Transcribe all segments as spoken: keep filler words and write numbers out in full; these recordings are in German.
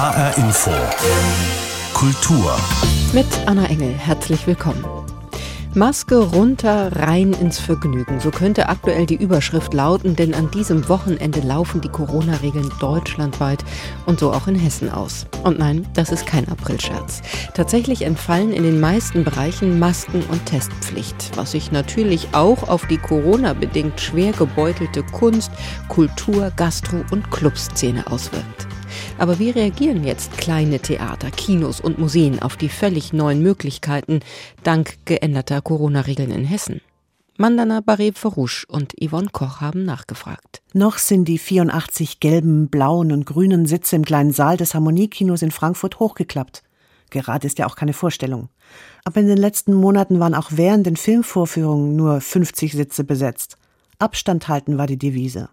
H R Info Kultur mit Anna Engel. Herzlich willkommen. Maske runter, rein ins Vergnügen. So könnte aktuell die Überschrift lauten, denn an diesem Wochenende laufen die Corona-Regeln deutschlandweit und so auch in Hessen aus. Und nein, das ist kein Aprilscherz. Tatsächlich entfallen in den meisten Bereichen Masken- und Testpflicht, was sich natürlich auch auf die Corona-bedingt schwer gebeutelte Kunst-, Kultur-, Gastro- und Clubszene auswirkt. Aber wie reagieren jetzt kleine Theater, Kinos und Museen auf die völlig neuen Möglichkeiten dank geänderter Corona-Regeln in Hessen? Mandana Bareb-Farouche und Yvonne Koch haben nachgefragt. Noch sind die vierundachtzig gelben, blauen und grünen Sitze im kleinen Saal des Harmoniekinos in Frankfurt hochgeklappt. Gerade ist ja auch keine Vorstellung. Aber in den letzten Monaten waren auch während den Filmvorführungen nur fünfzig Sitze besetzt. Abstand halten war die Devise.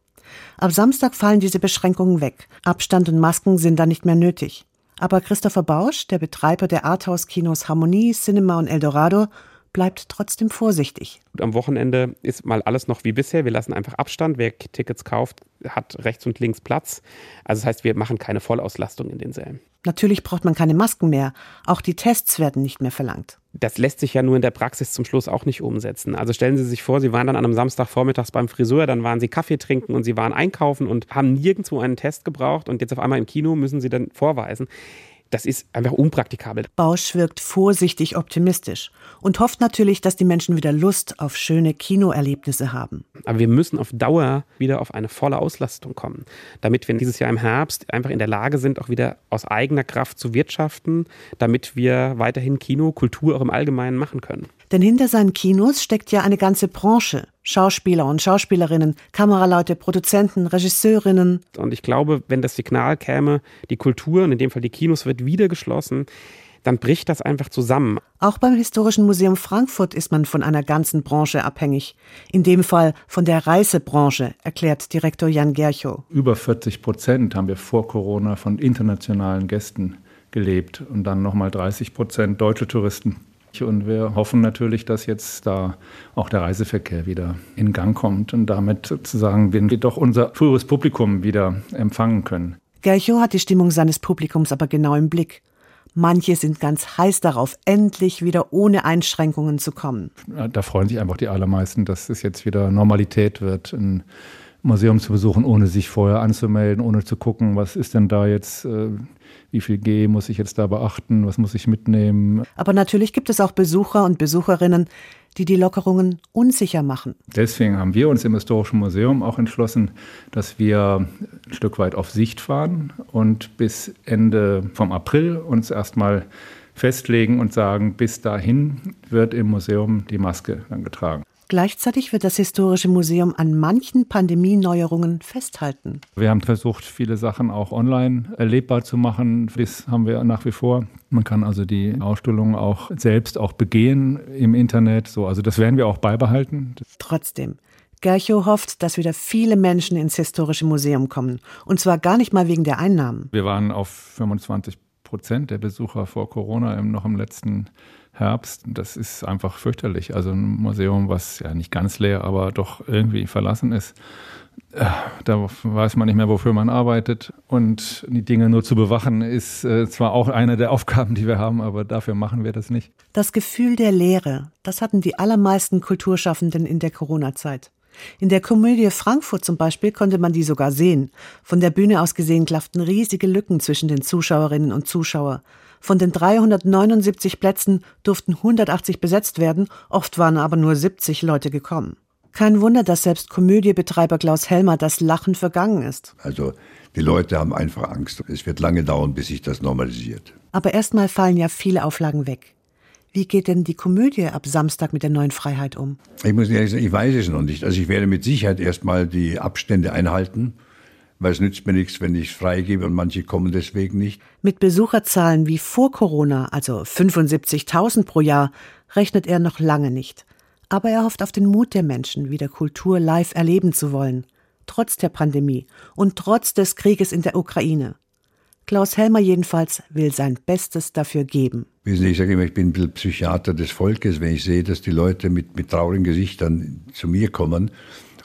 Ab Samstag fallen diese Beschränkungen weg. Abstand und Masken sind dann nicht mehr nötig. Aber Christopher Bausch, der Betreiber der Arthouse-Kinos Harmonie, Cinema und Eldorado, bleibt trotzdem vorsichtig. Am Wochenende ist mal alles noch wie bisher. Wir lassen einfach Abstand. Wer Tickets kauft, hat rechts und links Platz. Also das heißt, wir machen keine Vollauslastung in den Sälen. Natürlich braucht man keine Masken mehr. Auch die Tests werden nicht mehr verlangt. Das lässt sich ja nur in der Praxis zum Schluss auch nicht umsetzen. Also stellen Sie sich vor, Sie waren dann an einem Samstagvormittags beim Friseur, dann waren Sie Kaffee trinken und Sie waren einkaufen und haben nirgendwo einen Test gebraucht und jetzt auf einmal im Kino müssen Sie dann vorweisen. Das ist einfach unpraktikabel. Bausch wirkt vorsichtig optimistisch und hofft natürlich, dass die Menschen wieder Lust auf schöne Kinoerlebnisse haben. Aber wir müssen auf Dauer wieder auf eine volle Auslastung kommen, damit wir dieses Jahr im Herbst einfach in der Lage sind, auch wieder aus eigener Kraft zu wirtschaften, damit wir weiterhin Kino, Kultur auch im Allgemeinen machen können. Denn hinter seinen Kinos steckt ja eine ganze Branche. Schauspieler und Schauspielerinnen, Kameraleute, Produzenten, Regisseurinnen. Und ich glaube, wenn das Signal käme, die Kultur, und in dem Fall die Kinos, wird wieder geschlossen, dann bricht das einfach zusammen. Auch beim Historischen Museum Frankfurt ist man von einer ganzen Branche abhängig. In dem Fall von der Reisebranche, erklärt Direktor Jan Gerchow. Über vierzig Prozent haben wir vor Corona von internationalen Gästen gelebt und dann nochmal dreißig Prozent deutsche Touristen. Und wir hoffen natürlich, dass jetzt da auch der Reiseverkehr wieder in Gang kommt und damit sozusagen wir doch unser früheres Publikum wieder empfangen können. Gerchow hat die Stimmung seines Publikums aber genau im Blick. Manche sind ganz heiß darauf, endlich wieder ohne Einschränkungen zu kommen. Da freuen sich einfach die allermeisten, dass es jetzt wieder Normalität wird, ein Museum zu besuchen, ohne sich vorher anzumelden, ohne zu gucken, was ist denn da jetzt, äh, wie viel G muss ich jetzt da beachten, was muss ich mitnehmen. Aber natürlich gibt es auch Besucher und Besucherinnen, die die Lockerungen unsicher machen. Deswegen haben wir uns im Historischen Museum auch entschlossen, dass wir ein Stück weit auf Sicht fahren und bis Ende vom April uns erstmal festlegen und sagen, bis dahin wird im Museum die Maske dann getragen. Gleichzeitig wird das Historische Museum an manchen Pandemieneuerungen festhalten. Wir haben versucht, viele Sachen auch online erlebbar zu machen. Das haben wir nach wie vor. Man kann also die Ausstellungen auch selbst auch begehen im Internet. So, also das werden wir auch beibehalten. Trotzdem, Gerchow hofft, dass wieder viele Menschen ins Historische Museum kommen. Und zwar gar nicht mal wegen der Einnahmen. Wir waren auf fünfundzwanzig Prozent der Besucher vor Corona noch im letzten Herbst. Das ist einfach fürchterlich. Also ein Museum, was ja nicht ganz leer, aber doch irgendwie verlassen ist. Da weiß man nicht mehr, wofür man arbeitet. Und die Dinge nur zu bewachen, ist äh, zwar auch eine der Aufgaben, die wir haben, aber dafür machen wir das nicht. Das Gefühl der Leere, das hatten die allermeisten Kulturschaffenden in der Corona-Zeit. In der Komödie Frankfurt zum Beispiel konnte man die sogar sehen. Von der Bühne aus gesehen klafften riesige Lücken zwischen den Zuschauerinnen und Zuschauern. Von den dreihundertneunundsiebzig Plätzen durften hundertachtzig besetzt werden, oft waren aber nur siebzig Leute gekommen. Kein Wunder, dass selbst Komödiebetreiber Klaus Helmer das Lachen vergangen ist. Also die Leute haben einfach Angst. Es wird lange dauern, bis sich das normalisiert. Aber erstmal fallen ja viele Auflagen weg. Wie geht denn die Komödie ab Samstag mit der neuen Freiheit um? Ich muss ehrlich sagen, ich weiß es noch nicht. Also ich werde mit Sicherheit erstmal die Abstände einhalten. Weil es nützt mir nichts, wenn ich es freigebe und manche kommen deswegen nicht. Mit Besucherzahlen wie vor Corona, also fünfundsiebzigtausend pro Jahr, rechnet er noch lange nicht. Aber er hofft auf den Mut der Menschen, wieder Kultur live erleben zu wollen. Trotz der Pandemie und trotz des Krieges in der Ukraine. Klaus Helmer jedenfalls will sein Bestes dafür geben. Ich sage immer, ich bin ein bisschen Psychiater des Volkes, wenn ich sehe, dass die Leute mit, mit traurigen Gesichtern zu mir kommen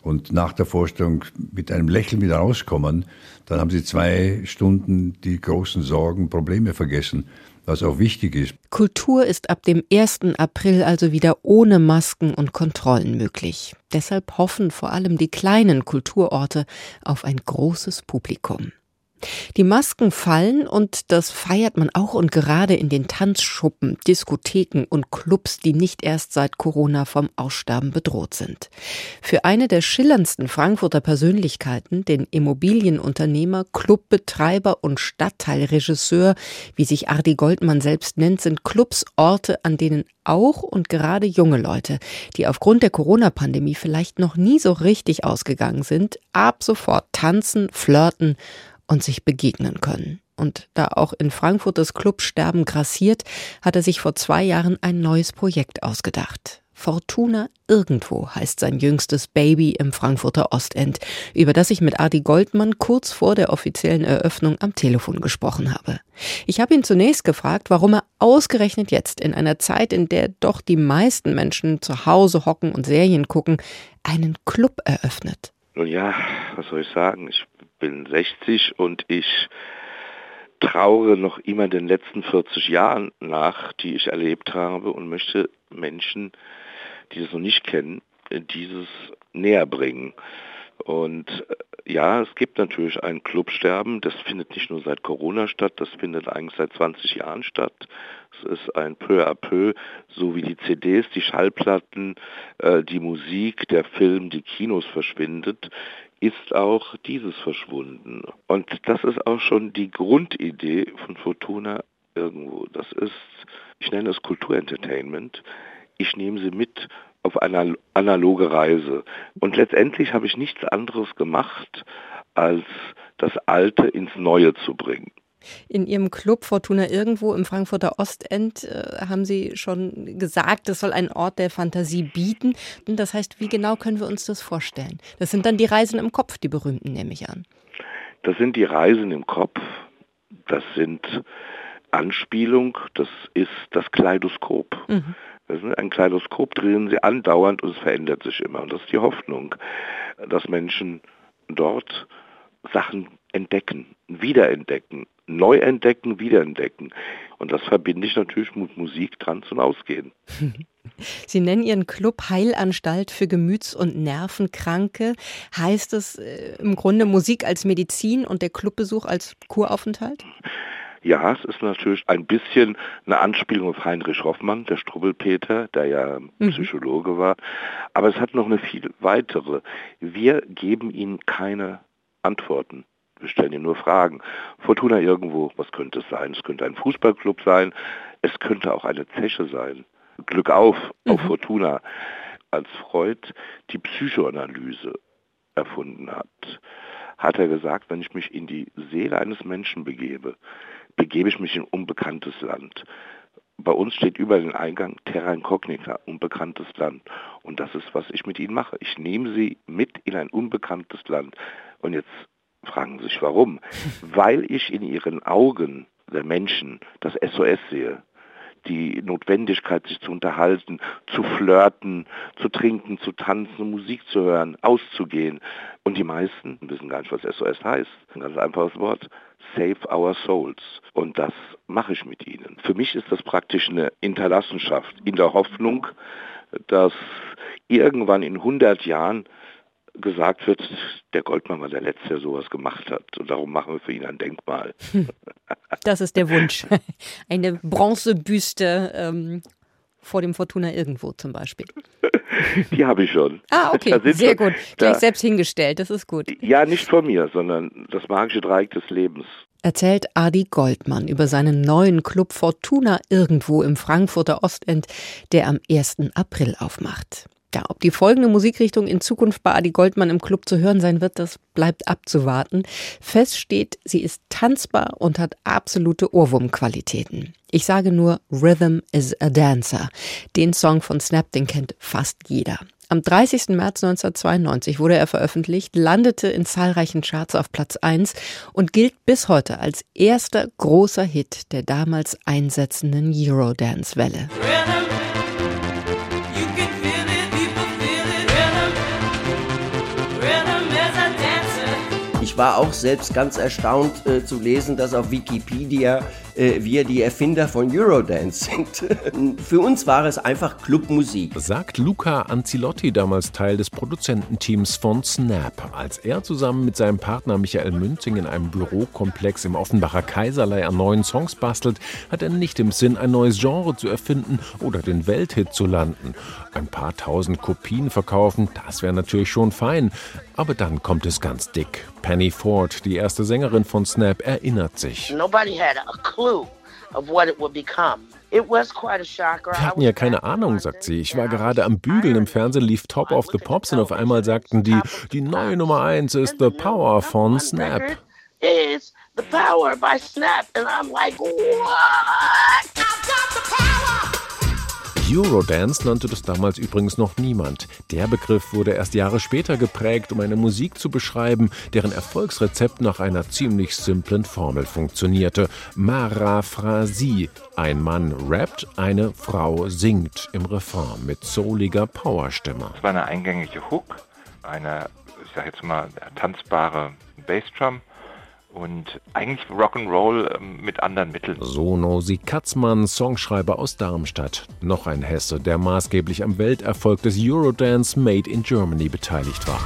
und nach der Vorstellung mit einem Lächeln wieder rauskommen, dann haben sie zwei Stunden die großen Sorgen, Probleme vergessen, was auch wichtig ist. Kultur ist ab dem ersten April also wieder ohne Masken und Kontrollen möglich. Deshalb hoffen vor allem die kleinen Kulturorte auf ein großes Publikum. Die Masken fallen und das feiert man auch und gerade in den Tanzschuppen, Diskotheken und Clubs, die nicht erst seit Corona vom Aussterben bedroht sind. Für eine der schillerndsten Frankfurter Persönlichkeiten, den Immobilienunternehmer, Clubbetreiber und Stadtteilregisseur, wie sich Adi Goldmann selbst nennt, sind Clubs Orte, an denen auch und gerade junge Leute, die aufgrund der Corona-Pandemie vielleicht noch nie so richtig ausgegangen sind, ab sofort tanzen, flirten und sich begegnen können. Und da auch in Frankfurt das Clubsterben grassiert, hat er sich vor zwei Jahren ein neues Projekt ausgedacht. Fortuna Irgendwo heißt sein jüngstes Baby im Frankfurter Ostend, über das ich mit Adi Goldmann kurz vor der offiziellen Eröffnung am Telefon gesprochen habe. Ich habe ihn zunächst gefragt, warum er ausgerechnet jetzt in einer Zeit, in der doch die meisten Menschen zu Hause hocken und Serien gucken, einen Club eröffnet. Nun ja, was soll ich sagen? Ich bin sechzig und ich traure noch immer den letzten vierzig Jahren nach, die ich erlebt habe und möchte Menschen, die das noch nicht kennen, dieses näher bringen. Und ja, es gibt natürlich ein Clubsterben, das findet nicht nur seit Corona statt, das findet eigentlich seit zwanzig Jahren statt. Es ist ein peu à peu, so wie die C Ds, die Schallplatten, äh, die Musik, der Film, die Kinos verschwindet, ist auch dieses verschwunden. Und das ist auch schon die Grundidee von Fortuna Irgendwo. Das ist, ich nenne es Kulturentertainment. Ich nehme sie mit auf eine analoge Reise. Und letztendlich habe ich nichts anderes gemacht, als das Alte ins Neue zu bringen. In Ihrem Club Fortuna Irgendwo im Frankfurter Ostend äh, haben Sie schon gesagt, das soll einen Ort der Fantasie bieten. Das heißt, wie genau können wir uns das vorstellen? Das sind dann die Reisen im Kopf, die berühmten, nehme ich an. Das sind die Reisen im Kopf, das sind Anspielung, das ist das Kaleidoskop. Mhm. Das ist ein Kaleidoskop, drehen Sie andauernd und es verändert sich immer. Und das ist die Hoffnung, dass Menschen dort Sachen entdecken, wiederentdecken, neu entdecken, wiederentdecken. Und das verbinde ich natürlich mit Musik, Tanz und Ausgehen. Sie nennen Ihren Club Heilanstalt für Gemüts- und Nervenkranke. Heißt es äh, im Grunde Musik als Medizin und der Clubbesuch als Kuraufenthalt? Ja, es ist natürlich ein bisschen eine Anspielung auf Heinrich Hoffmann, der Struwwelpeter, der ja Psychologe war. Aber es hat noch eine viel weitere. Wir geben ihnen keine Antworten. Wir stellen ihnen nur Fragen. Fortuna Irgendwo, was könnte es sein? Es könnte ein Fußballclub sein. Es könnte auch eine Zeche sein. Glück auf, auf mhm. Fortuna. Als Freud die Psychoanalyse erfunden hat, hat er gesagt, wenn ich mich in die Seele eines Menschen begebe, begebe ich mich in unbekanntes Land. Bei uns steht über den Eingang Terra Incognita, unbekanntes Land. Und das ist, was ich mit ihnen mache. Ich nehme sie mit in ein unbekanntes Land. Und jetzt fragen Sie sich, warum? Weil ich in ihren Augen der Menschen das S O S sehe. Die Notwendigkeit, sich zu unterhalten, zu flirten, zu trinken, zu tanzen, Musik zu hören, auszugehen. Und die meisten wissen gar nicht, was S O S heißt. Ein ganz einfaches Wort. Save our souls. Und das mache ich mit ihnen. Für mich ist das praktisch eine Hinterlassenschaft in der Hoffnung, dass irgendwann in hundert Jahren gesagt wird, der Goldmann war der Letzte, der sowas gemacht hat. Und darum machen wir für ihn ein Denkmal. Das ist der Wunsch. Eine Bronzebüste ähm, vor dem Fortuna Irgendwo zum Beispiel. Die habe ich schon. Ah, okay, sehr schon, gut. Gleich da, selbst hingestellt, das ist gut. Ja, nicht von mir, sondern das magische Dreieck des Lebens. Erzählt Adi Goldmann über seinen neuen Club Fortuna Irgendwo im Frankfurter Ostend, der am ersten April aufmacht. Ja, ob die folgende Musikrichtung in Zukunft bei Adi Goldmann im Club zu hören sein wird, das bleibt abzuwarten. Fest steht, sie ist tanzbar und hat absolute Ohrwurmqualitäten. Ich sage nur Rhythm is a Dancer. Den Song von Snap, den kennt fast jeder. Am dreißigsten März neunzehnhundertzweiundneunzig wurde er veröffentlicht, landete in zahlreichen Charts auf Platz eins und gilt bis heute als erster großer Hit der damals einsetzenden Eurodance-Welle. ich war auch selbst ganz erstaunt äh, zu lesen, dass auf Wikipedia äh, wir die Erfinder von Eurodance sind. Für uns war es einfach Clubmusik. Sagt Luca Anzilotti, damals Teil des Produzententeams von Snap. Als er zusammen mit seinem Partner Michael Münzing in einem Bürokomplex im Offenbacher Kaiserlei an neuen Songs bastelt, hat er nicht im Sinn, ein neues Genre zu erfinden oder den Welthit zu landen. Ein paar tausend Kopien verkaufen, das wäre natürlich schon fein. Aber dann kommt es ganz dick. Penny Ford, die erste Sängerin von Snap, erinnert sich. Nobody had a clue of what it would become. It was quite a shocker. Wir hatten ja keine Ahnung, sagt sie. Ich war gerade am Bügeln, im Fernsehen lief Top of the Pops und auf einmal sagten die, die neue Nummer eins ist The Power von Snap. It's The Power by Snap. And I'm like, what? I've got the power! Eurodance nannte das damals übrigens noch niemand. Der Begriff wurde erst Jahre später geprägt, um eine Musik zu beschreiben, deren Erfolgsrezept nach einer ziemlich simplen Formel funktionierte. Maraphrasie. Ein Mann rappt, eine Frau singt im Refrain mit souliger Powerstimme. Es war eine eingängige Hook, eine, ich sag jetzt mal, tanzbare Bassdrum. Und eigentlich Rock'n'Roll mit anderen Mitteln. So Nosi Katzmann, Songschreiber aus Darmstadt. Noch ein Hesse, der maßgeblich am Welterfolg des Eurodance Made in Germany beteiligt war.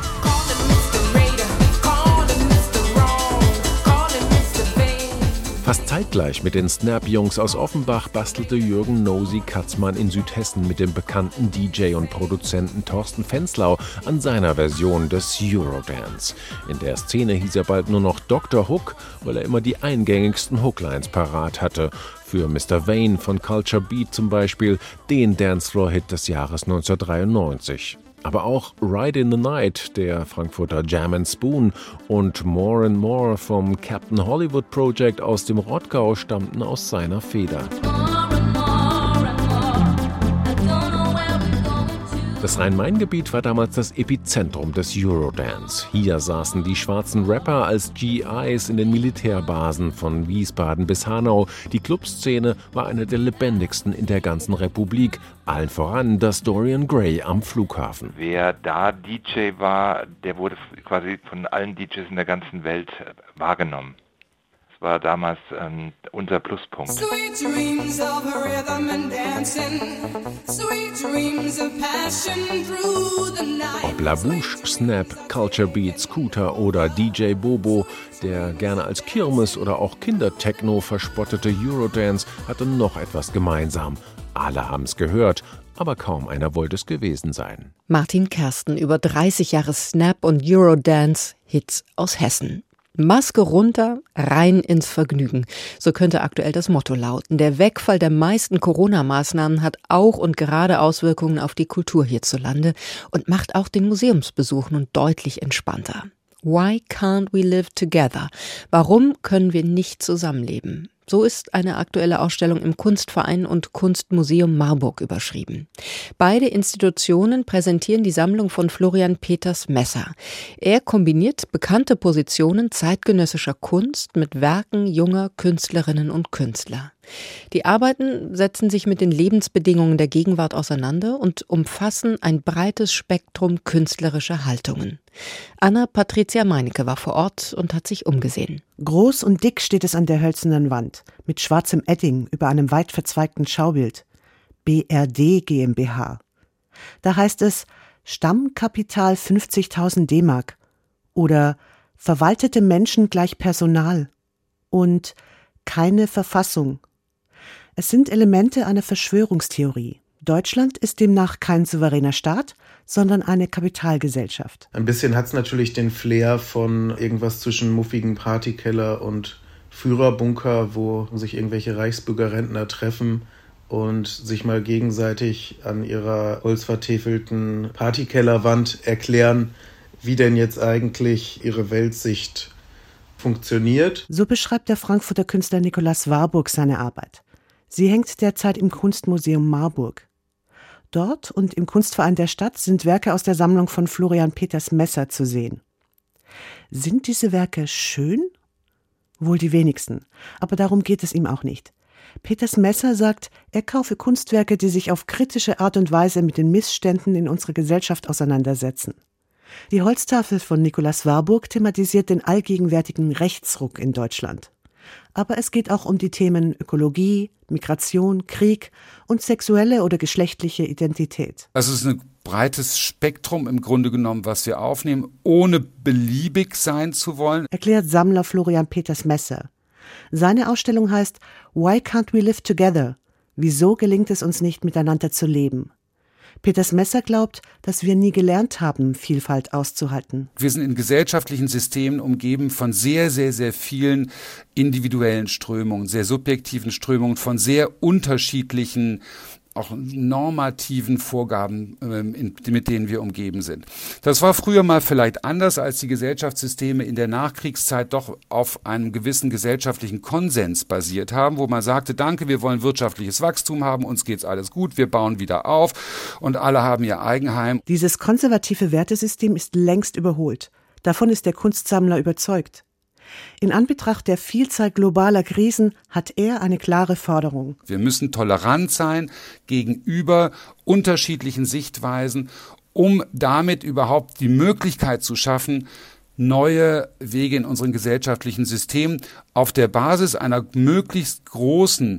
Fast zeitgleich mit den Snap-Jungs aus Offenbach bastelte Jürgen Nosi Katzmann in Südhessen mit dem bekannten D J und Produzenten Thorsten Fenslau an seiner Version des Eurodance. In der Szene hieß er bald nur noch Doktor Hook, weil er immer die eingängigsten Hooklines parat hatte. Für Mister Vane von Culture Beat zum Beispiel, den Dancefloor-Hit des Jahres neunzehnhundertdreiundneunzig. Aber auch Ride in the Night, der Frankfurter Jam and Spoon, und More and More vom Captain Hollywood Project aus dem Rottgau stammten aus seiner Feder. Das Rhein-Main-Gebiet war damals das Epizentrum des Eurodance. Hier saßen die schwarzen Rapper als G Is in den Militärbasen von Wiesbaden bis Hanau. Die Clubszene war eine der lebendigsten in der ganzen Republik. Allen voran das Dorian Gray am Flughafen. Wer da D J war, der wurde quasi von allen D Js in der ganzen Welt wahrgenommen. Das war damals ähm, unser Pluspunkt. Sweet dreams of rhythm and dancing, sweet dreams of passion through the night. Ob La Bouche, Snap, Culture Beat, Scooter oder D J Bobo, der gerne als Kirmes oder auch Kindertechno verspottete Eurodance hatte noch etwas gemeinsam. Alle haben's gehört, aber kaum einer wollte es gewesen sein. Martin Kersten über dreißig Jahre Snap und Eurodance-Hits aus Hessen. Maske runter, rein ins Vergnügen. So könnte aktuell das Motto lauten. Der Wegfall der meisten Corona-Maßnahmen hat auch und gerade Auswirkungen auf die Kultur hierzulande und macht auch den Museumsbesuch nun deutlich entspannter. Why can't we live together? Warum können wir nicht zusammenleben? So ist eine aktuelle Ausstellung im Kunstverein und Kunstmuseum Marburg überschrieben. Beide Institutionen präsentieren die Sammlung von Florian Peters Messer. Er kombiniert bekannte Positionen zeitgenössischer Kunst mit Werken junger Künstlerinnen und Künstler. Die Arbeiten setzen sich mit den Lebensbedingungen der Gegenwart auseinander und umfassen ein breites Spektrum künstlerischer Haltungen. Anna-Patricia Meinecke war vor Ort und hat sich umgesehen. Groß und dick steht es an der hölzernen Wand, mit schwarzem Edding über einem weit verzweigten Schaubild. B R D GmbH. Da heißt es Stammkapital fünfzigtausend D-Mark oder verwaltete Menschen gleich Personal und keine Verfassung. Es sind Elemente einer Verschwörungstheorie. Deutschland ist demnach kein souveräner Staat, sondern eine Kapitalgesellschaft. Ein bisschen hat es natürlich den Flair von irgendwas zwischen muffigen Partykeller und Führerbunker, wo sich irgendwelche Reichsbürgerrentner treffen und sich mal gegenseitig an ihrer holzvertäfelten Partykellerwand erklären, wie denn jetzt eigentlich ihre Weltsicht funktioniert. So beschreibt der Frankfurter Künstler Nikolaus Warburg seine Arbeit. Sie hängt derzeit im Kunstmuseum Marburg. Dort und im Kunstverein der Stadt sind Werke aus der Sammlung von Florian Peters Messer zu sehen. Sind diese Werke schön? Wohl die wenigsten, aber darum geht es ihm auch nicht. Peters Messer sagt, er kaufe Kunstwerke, die sich auf kritische Art und Weise mit den Missständen in unserer Gesellschaft auseinandersetzen. Die Holztafel von Nikolaus Warburg thematisiert den allgegenwärtigen Rechtsruck in Deutschland. Aber es geht auch um die Themen Ökologie, Migration, Krieg und sexuelle oder geschlechtliche Identität. Also es ist ein breites Spektrum im Grunde genommen, was wir aufnehmen, ohne beliebig sein zu wollen, erklärt Sammler Florian Peters-Messer. Seine Ausstellung heißt Why Can't We Live Together? Wieso gelingt es uns nicht, miteinander zu leben? Peters-Messer glaubt, dass wir nie gelernt haben, Vielfalt auszuhalten. Wir sind in gesellschaftlichen Systemen umgeben von sehr, sehr, sehr vielen individuellen Strömungen, sehr subjektiven Strömungen, von sehr unterschiedlichen, auch normativen Vorgaben, mit denen wir umgeben sind. Das war früher mal vielleicht anders, als die Gesellschaftssysteme in der Nachkriegszeit doch auf einem gewissen gesellschaftlichen Konsens basiert haben, wo man sagte, danke, wir wollen wirtschaftliches Wachstum haben, uns geht's alles gut, wir bauen wieder auf und alle haben ihr Eigenheim. Dieses konservative Wertesystem ist längst überholt. Davon ist der Kunstsammler überzeugt. In Anbetracht der Vielzahl globaler Krisen hat er eine klare Forderung. Wir müssen tolerant sein gegenüber unterschiedlichen Sichtweisen, um damit überhaupt die Möglichkeit zu schaffen, neue Wege in unseren gesellschaftlichen Systemen auf der Basis einer möglichst großen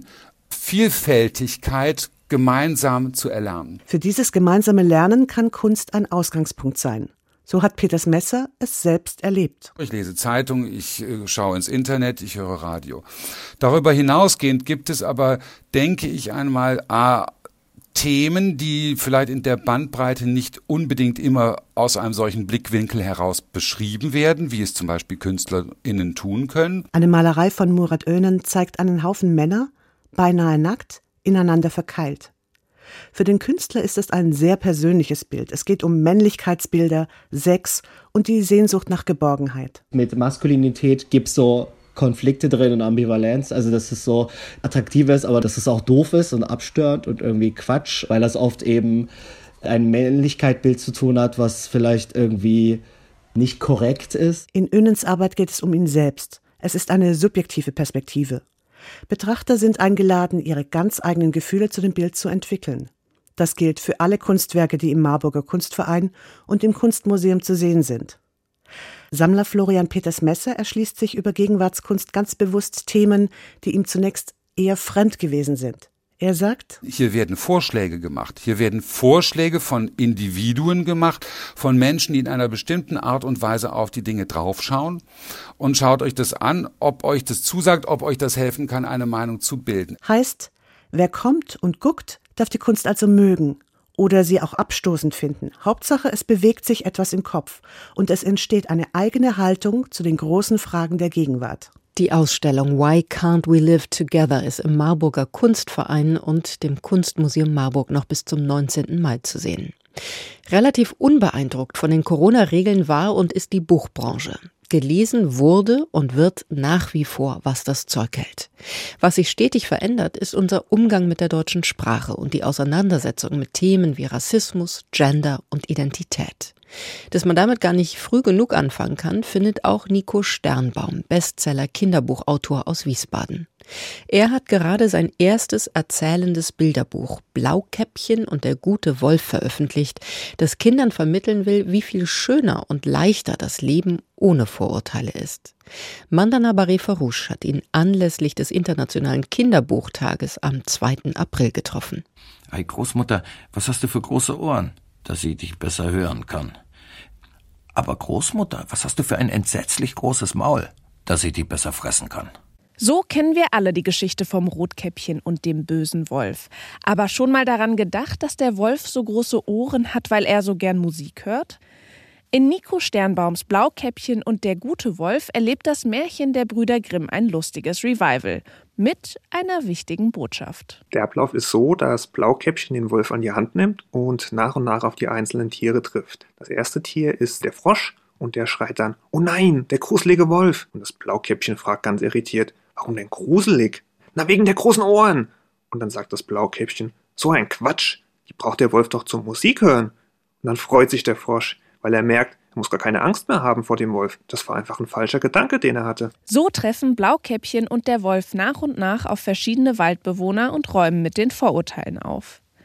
Vielfältigkeit gemeinsam zu erlernen. Für dieses gemeinsame Lernen kann Kunst ein Ausgangspunkt sein. So hat Peters-Messer es selbst erlebt. Ich lese Zeitungen, ich äh, schaue ins Internet, ich höre Radio. Darüber hinausgehend gibt es aber, denke ich einmal, A, Themen, die vielleicht in der Bandbreite nicht unbedingt immer aus einem solchen Blickwinkel heraus beschrieben werden, wie es zum Beispiel KünstlerInnen tun können. Eine Malerei von Murat Önen zeigt einen Haufen Männer, beinahe nackt, ineinander verkeilt. Für den Künstler ist es ein sehr persönliches Bild. Es geht um Männlichkeitsbilder, Sex und die Sehnsucht nach Geborgenheit. Mit Maskulinität gibt es so Konflikte drin und Ambivalenz, also dass es so attraktiv ist, aber dass es auch doof ist und abstörend und irgendwie Quatsch, weil das oft eben ein Männlichkeitsbild zu tun hat, was vielleicht irgendwie nicht korrekt ist. In Önens Arbeit geht es um ihn selbst. Es ist eine subjektive Perspektive. Betrachter sind eingeladen, ihre ganz eigenen Gefühle zu dem Bild zu entwickeln. Das gilt für alle Kunstwerke, die im Marburger Kunstverein und im Kunstmuseum zu sehen sind. Sammler Florian Peters-Messer erschließt sich über Gegenwartskunst ganz bewusst Themen, die ihm zunächst eher fremd gewesen sind. Er sagt, hier werden Vorschläge gemacht. Hier werden Vorschläge von Individuen gemacht, von Menschen, die in einer bestimmten Art und Weise auf die Dinge draufschauen. Und schaut euch das an, ob euch das zusagt, ob euch das helfen kann, eine Meinung zu bilden. Heißt, wer kommt und guckt, darf die Kunst also mögen oder sie auch abstoßend finden. Hauptsache, es bewegt sich etwas im Kopf und es entsteht eine eigene Haltung zu den großen Fragen der Gegenwart. Die Ausstellung Why Can't We Live Together ist im Marburger Kunstverein und dem Kunstmuseum Marburg noch bis zum neunzehnten Mai zu sehen. Relativ unbeeindruckt von den Corona-Regeln war und ist die Buchbranche. Gelesen wurde und wird nach wie vor, was das Zeug hält. Was sich stetig verändert, ist unser Umgang mit der deutschen Sprache und die Auseinandersetzung mit Themen wie Rassismus, Gender und Identität. Dass man damit gar nicht früh genug anfangen kann, findet auch Nico Sternbaum, Bestseller-Kinderbuchautor aus Wiesbaden. Er hat gerade sein erstes erzählendes Bilderbuch Blaukäppchen und der gute Wolf veröffentlicht, das Kindern vermitteln will, wie viel schöner und leichter das Leben ohne Vorurteile ist. Mandana Baré-Farouche hat ihn anlässlich des Internationalen Kinderbuchtages am zweiten April getroffen. Hey Großmutter, was hast du für große Ohren, dass sie dich besser hören kann? Aber Großmutter, was hast du für ein entsetzlich großes Maul, dass sie dich besser fressen kann? So kennen wir alle die Geschichte vom Rotkäppchen und dem bösen Wolf. Aber schon mal daran gedacht, dass der Wolf so große Ohren hat, weil er so gern Musik hört? In Nico Sternbaums Blaukäppchen und der gute Wolf erlebt das Märchen der Brüder Grimm ein lustiges Revival mit einer wichtigen Botschaft. Der Ablauf ist so, dass Blaukäppchen den Wolf an die Hand nimmt und nach und nach auf die einzelnen Tiere trifft. Das erste Tier ist der Frosch und der schreit dann, oh nein, der gruselige Wolf. Und das Blaukäppchen fragt ganz irritiert, warum denn gruselig? Na, wegen der großen Ohren. Und dann sagt das Blaukäppchen, so ein Quatsch, die braucht der Wolf doch zum Musik hören. Und dann freut sich der Frosch, weil er merkt, er muss gar keine Angst mehr haben vor dem Wolf. Das war einfach ein falscher Gedanke, den er hatte. So treffen Blaukäppchen und der Wolf nach und nach auf verschiedene Waldbewohner und räumen mit den Vorurteilen auf.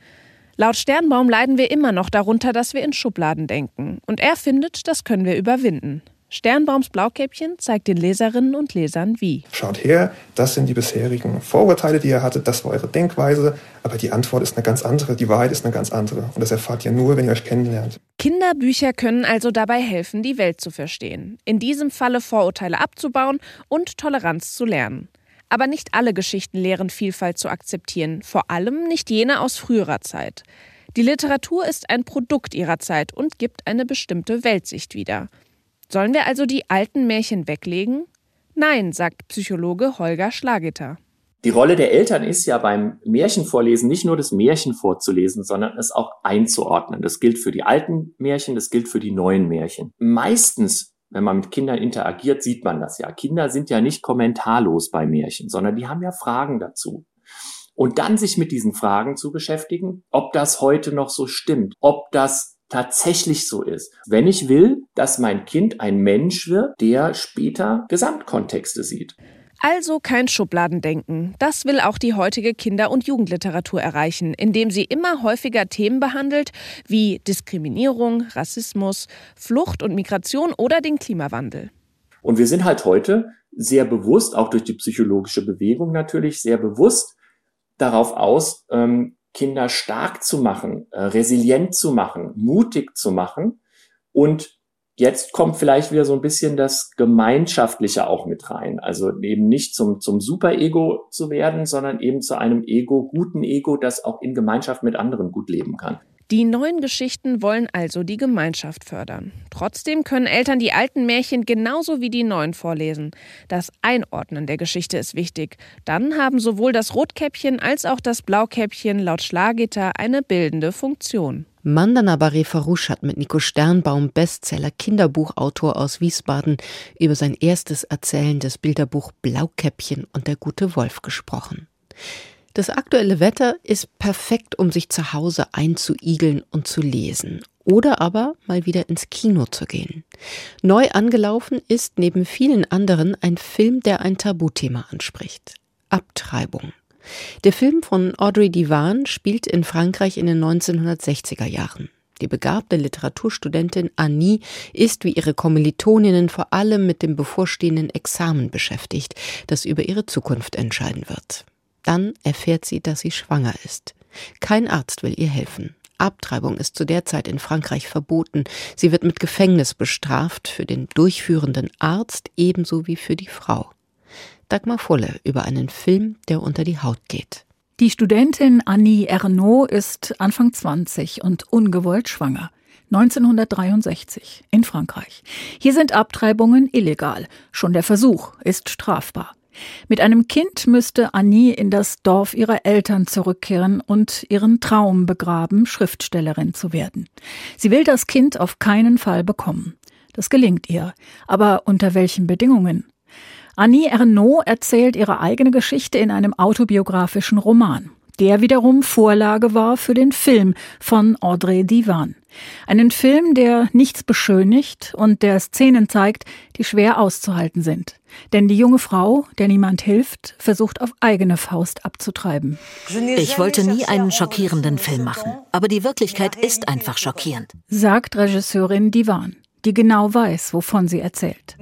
Laut Sternbaum leiden wir immer noch darunter, dass wir in Schubladen denken. Und er findet, das können wir überwinden. Sternbaums Blaukäppchen zeigt den Leserinnen und Lesern wie. Schaut her, das sind die bisherigen Vorurteile, die ihr hattet, das war eure Denkweise, aber die Antwort ist eine ganz andere, die Wahrheit ist eine ganz andere. Und das erfahrt ihr nur, wenn ihr euch kennenlernt. Kinderbücher können also dabei helfen, die Welt zu verstehen. In diesem Falle Vorurteile abzubauen und Toleranz zu lernen. Aber nicht alle Geschichten lehren Vielfalt zu akzeptieren, vor allem nicht jene aus früherer Zeit. Die Literatur ist ein Produkt ihrer Zeit und gibt eine bestimmte Weltsicht wieder. Sollen wir also die alten Märchen weglegen? Nein, sagt Psychologe Holger Schlageter. Die Rolle der Eltern ist ja beim Märchenvorlesen nicht nur das Märchen vorzulesen, sondern es auch einzuordnen. Das gilt für die alten Märchen, das gilt für die neuen Märchen. Meistens, wenn man mit Kindern interagiert, sieht man das ja. Kinder sind ja nicht kommentarlos bei Märchen, sondern die haben ja Fragen dazu. Und dann sich mit diesen Fragen zu beschäftigen, ob das heute noch so stimmt, ob das tatsächlich so ist. Wenn ich will, dass mein Kind ein Mensch wird, der später Gesamtkontexte sieht. Also kein Schubladendenken. Das will auch die heutige Kinder- und Jugendliteratur erreichen, indem sie immer häufiger Themen behandelt wie Diskriminierung, Rassismus, Flucht und Migration oder den Klimawandel. Und wir sind halt heute sehr bewusst, auch durch die psychologische Bewegung natürlich, sehr bewusst darauf aus, ähm, Kinder stark zu machen, äh, resilient zu machen, mutig zu machen. Und jetzt kommt vielleicht wieder so ein bisschen das Gemeinschaftliche auch mit rein. Also eben nicht zum, zum Super-Ego zu werden, sondern eben zu einem Ego, guten Ego, das auch in Gemeinschaft mit anderen gut leben kann. Die neuen Geschichten wollen also die Gemeinschaft fördern. Trotzdem können Eltern die alten Märchen genauso wie die neuen vorlesen. Das Einordnen der Geschichte ist wichtig. Dann haben sowohl das Rotkäppchen als auch das Blaukäppchen laut Schlageter eine bildende Funktion. Mandana Barré-Farouche hat mit Nico Sternbaum, Bestseller-Kinderbuchautor aus Wiesbaden, über sein erstes erzählendes Bilderbuch Blaukäppchen und der gute Wolf gesprochen. Das aktuelle Wetter ist perfekt, um sich zu Hause einzuigeln und zu lesen. Oder aber mal wieder ins Kino zu gehen. Neu angelaufen ist neben vielen anderen ein Film, der ein Tabuthema anspricht. Abtreibung. Der Film von Audrey Diwan spielt in Frankreich in den neunzehnhundertsechziger Jahren. Die begabte Literaturstudentin Annie ist wie ihre Kommilitoninnen vor allem mit dem bevorstehenden Examen beschäftigt, das über ihre Zukunft entscheiden wird. Dann erfährt sie, dass sie schwanger ist. Kein Arzt will ihr helfen. Abtreibung ist zu der Zeit in Frankreich verboten. Sie wird mit Gefängnis bestraft, für den durchführenden Arzt ebenso wie für die Frau. Dagmar Fulle über einen Film, der unter die Haut geht. Die Studentin Annie Ernaux ist Anfang zwanzig und ungewollt schwanger. neunzehnhundertdreiundsechzig in Frankreich. Hier sind Abtreibungen illegal. Schon der Versuch ist strafbar. Mit einem Kind müsste Annie in das Dorf ihrer Eltern zurückkehren und ihren Traum begraben, Schriftstellerin zu werden. Sie will das Kind auf keinen Fall bekommen. Das gelingt ihr. Aber unter welchen Bedingungen? Annie Ernaux erzählt ihre eigene Geschichte in einem autobiografischen Roman. Der wiederum Vorlage war für den Film von Audrey Diwan. Einen Film, der nichts beschönigt und der Szenen zeigt, die schwer auszuhalten sind. Denn die junge Frau, der niemand hilft, versucht auf eigene Faust abzutreiben. Ich wollte nie einen schockierenden Film machen, aber die Wirklichkeit ist einfach schockierend, sagt Regisseurin Diwan, die genau weiß, wovon sie erzählt.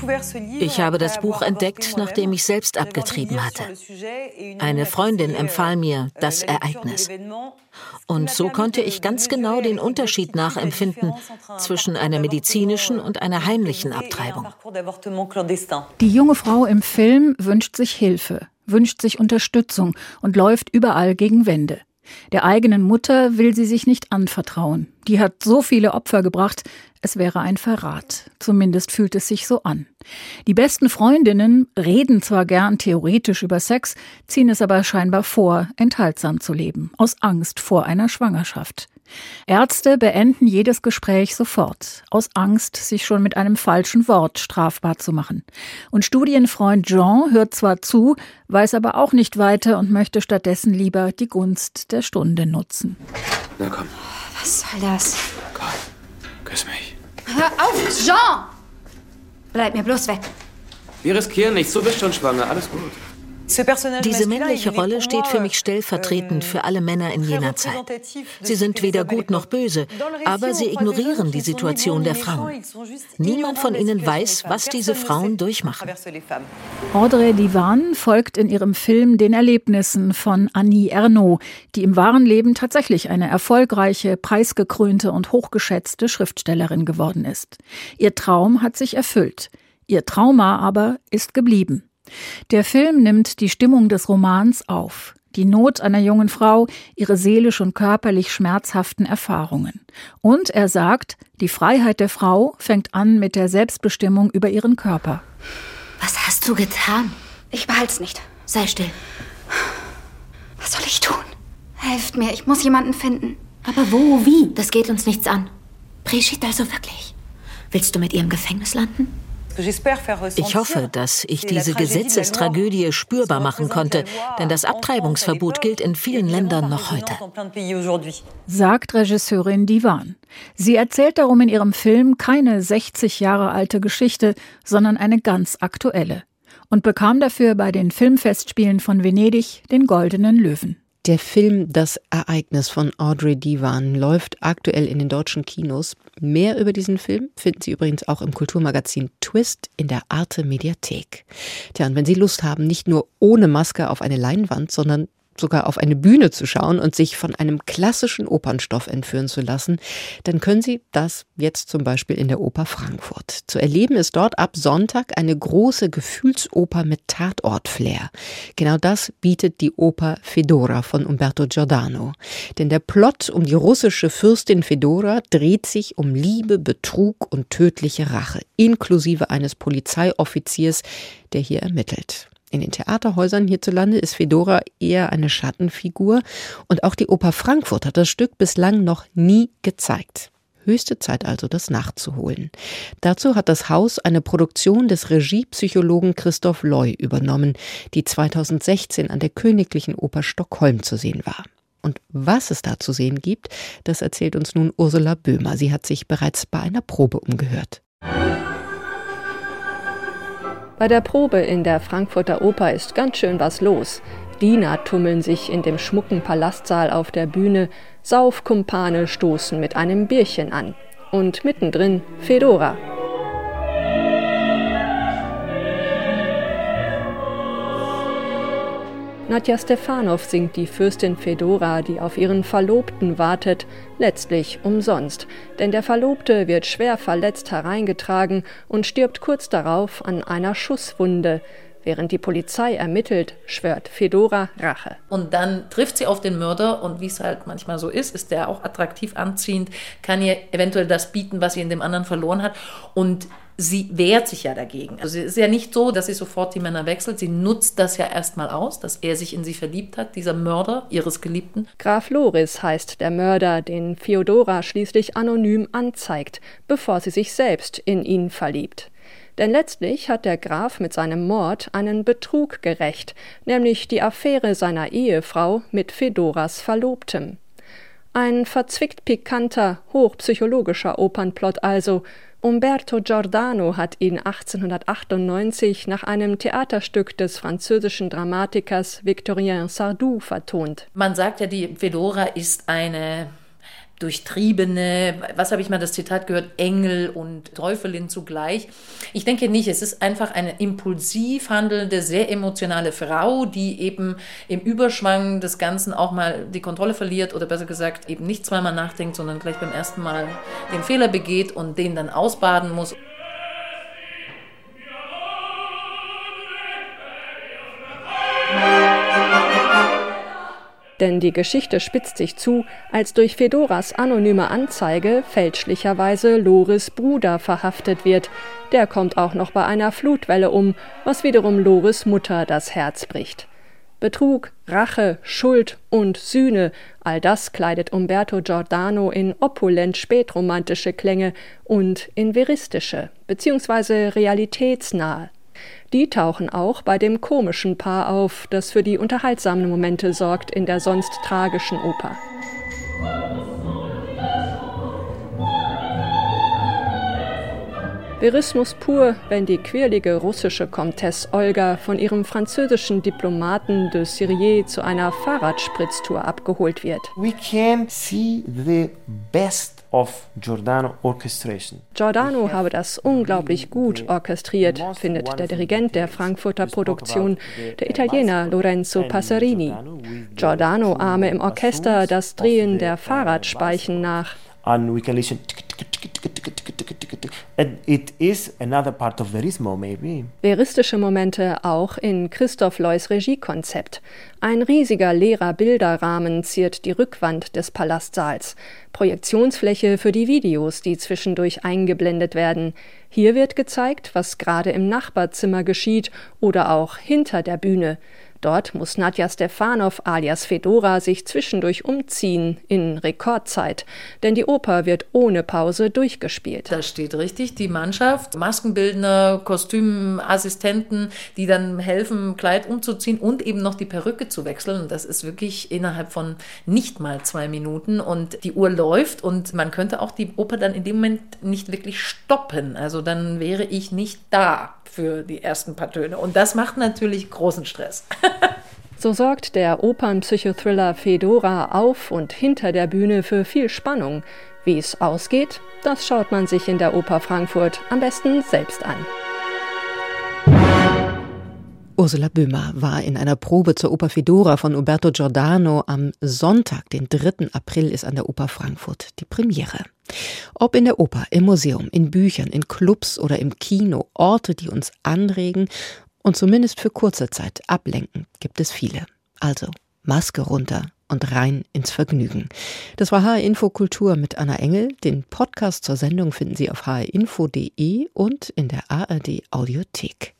Ich habe das Buch entdeckt, nachdem ich selbst abgetrieben hatte. Eine Freundin empfahl mir das Ereignis. Und so konnte ich ganz genau den Unterschied nachempfinden zwischen einer medizinischen und einer heimlichen Abtreibung. Die junge Frau im Film wünscht sich Hilfe, wünscht sich Unterstützung und läuft überall gegen Wände. Der eigenen Mutter will sie sich nicht anvertrauen. Die hat so viele Opfer gebracht, es wäre ein Verrat. Zumindest fühlt es sich so an. Die besten Freundinnen reden zwar gern theoretisch über Sex, ziehen es aber scheinbar vor, enthaltsam zu leben, aus Angst vor einer Schwangerschaft. Ärzte beenden jedes Gespräch sofort, aus Angst, sich schon mit einem falschen Wort strafbar zu machen. Und Studienfreund Jean hört zwar zu, weiß aber auch nicht weiter und möchte stattdessen lieber die Gunst der Stunde nutzen. Na komm. Was soll das? Komm, küss mich. Hör auf, Jean! Bleib mir bloß weg. Wir riskieren nichts, du bist schon schwanger, alles gut. Diese männliche Rolle steht für mich stellvertretend für alle Männer in jener Zeit. Sie sind weder gut noch böse, aber sie ignorieren die Situation der Frauen. Niemand von ihnen weiß, was diese Frauen durchmachen. Audrey Divan folgt in ihrem Film den Erlebnissen von Annie Ernaux, die im wahren Leben tatsächlich eine erfolgreiche, preisgekrönte und hochgeschätzte Schriftstellerin geworden ist. Ihr Traum hat sich erfüllt. Ihr Trauma aber ist geblieben. Der Film nimmt die Stimmung des Romans auf. Die Not einer jungen Frau, ihre seelisch und körperlich schmerzhaften Erfahrungen. Und er sagt, die Freiheit der Frau fängt an mit der Selbstbestimmung über ihren Körper. Was hast du getan? Ich behalt's nicht. Sei still. Was soll ich tun? Helft mir, ich muss jemanden finden. Aber wo, wie? Das geht uns nichts an. Brigitte also wirklich. Willst du mit ihr im Gefängnis landen? Ich hoffe, dass ich diese Gesetzestragödie spürbar machen konnte, denn das Abtreibungsverbot gilt in vielen Ländern noch heute. Sagt Regisseurin Divan. Sie erzählt darum in ihrem Film keine sechzig Jahre alte Geschichte, sondern eine ganz aktuelle. Und bekam dafür bei den Filmfestspielen von Venedig den Goldenen Löwen. Der Film Das Ereignis von Audrey Divan läuft aktuell in den deutschen Kinos. Mehr über diesen Film finden Sie übrigens auch im Kulturmagazin Twist in der Arte Mediathek. Tja, und wenn Sie Lust haben, nicht nur ohne Maske auf eine Leinwand, sondern sogar auf eine Bühne zu schauen und sich von einem klassischen Opernstoff entführen zu lassen, dann können Sie das jetzt zum Beispiel in der Oper Frankfurt. Zu erleben ist dort ab Sonntag eine große Gefühlsoper mit Tatort-Flair. Genau das bietet die Oper Fedora von Umberto Giordano. Denn der Plot um die russische Fürstin Fedora dreht sich um Liebe, Betrug und tödliche Rache, inklusive eines Polizeioffiziers, der hier ermittelt. In den Theaterhäusern hierzulande ist Fedora eher eine Schattenfigur und auch die Oper Frankfurt hat das Stück bislang noch nie gezeigt. Höchste Zeit also, das nachzuholen. Dazu hat das Haus eine Produktion des Regiepsychologen Christoph Loy übernommen, die zweitausendsechzehn an der Königlichen Oper Stockholm zu sehen war. Und was es da zu sehen gibt, das erzählt uns nun Ursula Böhmer. Sie hat sich bereits bei einer Probe umgehört. Bei der Probe in der Frankfurter Oper ist ganz schön was los. Diener tummeln sich in dem schmucken Palastsaal auf der Bühne, Saufkumpane stoßen mit einem Bierchen an. Und mittendrin Fedora. Nadja Stefanow singt die Fürstin Fedora, die auf ihren Verlobten wartet, letztlich umsonst. Denn der Verlobte wird schwer verletzt hereingetragen und stirbt kurz darauf an einer Schusswunde. Während die Polizei ermittelt, schwört Fedora Rache. Und dann trifft sie auf den Mörder und wie es halt manchmal so ist, ist der auch attraktiv anziehend, kann ihr eventuell das bieten, was sie in dem anderen verloren hat. Und sie wehrt sich ja dagegen. Also es ist ja nicht so, dass sie sofort die Männer wechselt. Sie nutzt das ja erstmal aus, dass er sich in sie verliebt hat, dieser Mörder ihres Geliebten. Graf Loris heißt der Mörder, den Feodora schließlich anonym anzeigt, bevor sie sich selbst in ihn verliebt. Denn letztlich hat der Graf mit seinem Mord einen Betrug gerächt, nämlich die Affäre seiner Ehefrau mit Fedoras Verlobtem. Ein verzwickt pikanter, hochpsychologischer Opernplot also. Umberto Giordano hat ihn achtzehnhundertachtundneunzig nach einem Theaterstück des französischen Dramatikers Victorien Sardou vertont. Man sagt ja, die Fedora ist eine durchtriebene, was habe ich mal das Zitat gehört, Engel und Teufelin zugleich. Ich denke nicht, es ist einfach eine impulsiv handelnde, sehr emotionale Frau, die eben im Überschwang des Ganzen auch mal die Kontrolle verliert oder besser gesagt eben nicht zweimal nachdenkt, sondern gleich beim ersten Mal den Fehler begeht und den dann ausbaden muss. Denn die Geschichte spitzt sich zu, als durch Fedoras anonyme Anzeige fälschlicherweise Loris' Bruder verhaftet wird. Der kommt auch noch bei einer Flutwelle um, was wiederum Loris' Mutter das Herz bricht. Betrug, Rache, Schuld und Sühne, all das kleidet Umberto Giordano in opulent spätromantische Klänge und in veristische, beziehungsweise realitätsnahe. Die tauchen auch bei dem komischen Paar auf, das für die unterhaltsamen Momente sorgt in der sonst tragischen Oper. Verismus pur, wenn die quirlige russische Comtesse Olga von ihrem französischen Diplomaten de Sirier zu einer Fahrradspritztour abgeholt wird. We can see the best of Giordano orchestration. Giordano habe das unglaublich gut orchestriert, findet der Dirigent der Frankfurter Produktion, der Italiener Lorenzo Passerini. Giordano ahme im Orchester das Drehen der Fahrradspeichen nach. And we can listen. And it is another part of Verismo, maybe. Veristische Momente auch in Christoph Loys Regiekonzept. Ein riesiger leerer Bilderrahmen ziert die Rückwand des Palastsaals. Projektionsfläche für die Videos, die zwischendurch eingeblendet werden. Hier wird gezeigt, was gerade im Nachbarzimmer geschieht oder auch hinter der Bühne. Dort muss Nadja Stefanov alias Fedora sich zwischendurch umziehen in Rekordzeit, denn die Oper wird ohne Pause durchgespielt. Da steht richtig die Mannschaft, Maskenbildner, Kostümassistenten, die dann helfen, Kleid umzuziehen und eben noch die Perücke zu wechseln. Das ist wirklich innerhalb von nicht mal zwei Minuten und die Uhr läuft und man könnte auch die Oper dann in dem Moment nicht wirklich stoppen. Also dann wäre ich nicht da für die ersten paar Töne. Und das macht natürlich großen Stress. So sorgt der Opernpsychothriller Fedora auf und hinter der Bühne für viel Spannung. Wie es ausgeht, das schaut man sich in der Oper Frankfurt am besten selbst an. Ursula Böhmer war in einer Probe zur Oper Fedora von Umberto Giordano. Am Sonntag, den dritten April, ist an der Oper Frankfurt die Premiere. Ob in der Oper, im Museum, in Büchern, in Clubs oder im Kino, Orte, die uns anregen und zumindest für kurze Zeit ablenken, gibt es viele. Also Maske runter und rein ins Vergnügen. Das war H R Info Kultur mit Anna Engel. Den Podcast zur Sendung finden Sie auf h r info punkt d e und in der A R D Audiothek.